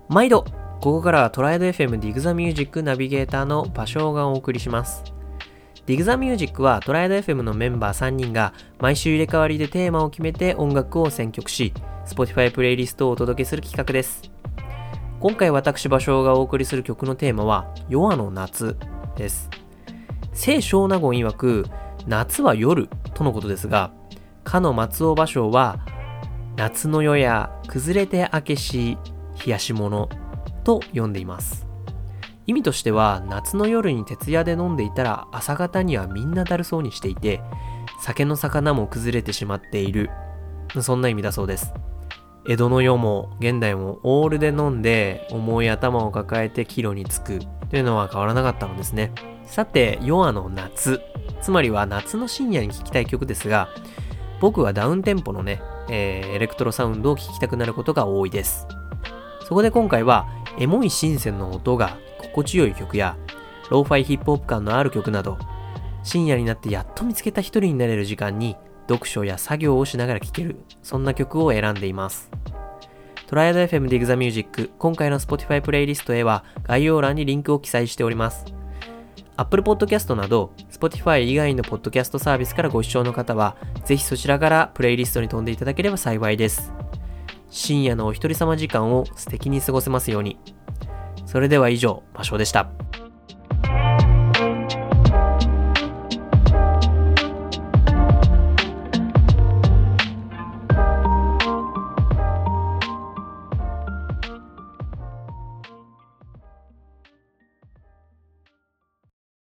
毎度ここからはトライド FM ディグザミュージックナビゲーターの芭蕉がお送りします。ディグザミュージックはトライド FM のメンバー3人が毎週入れ替わりでテーマを決めて音楽を選曲し Spotify プレイリストをお届けする企画です。今回私芭蕉がお送りする曲のテーマはヨアの夏です。聖少納言曰く夏は夜とのことですが、かの松尾芭蕉は夏の夜や崩れて明けし冷やし物と読んでいます。意味としては、夏の夜に徹夜で飲んでいたら朝方にはみんなだるそうにしていて、酒の魚も崩れてしまっている、そんな意味だそうです。江戸の世も現代もオールで飲んで重い頭を抱えて帰路に着くというのは変わらなかったのですね。さて、ヨアの夏、つまりは夏の深夜に聴きたい曲ですが、僕はダウンテンポのね、エレクトロサウンドを聴きたくなることが多いです。そこで今回はエモいシンセの音が心地よい曲やローファイヒップホップ感のある曲など、深夜になってやっと見つけた一人になれる時間に読書や作業をしながら聴ける、そんな曲を選んでいます。トライアド FM ディグザミュージック、今回の Spotify プレイリストへは概要欄にリンクを記載しております。Apple Podcast など Spotify 以外のポッドキャストサービスからご視聴の方はぜひそちらからプレイリストに飛んでいただければ幸いです。深夜のお一人様時間を素敵に過ごせますように。それでは以上、芭蕉でした。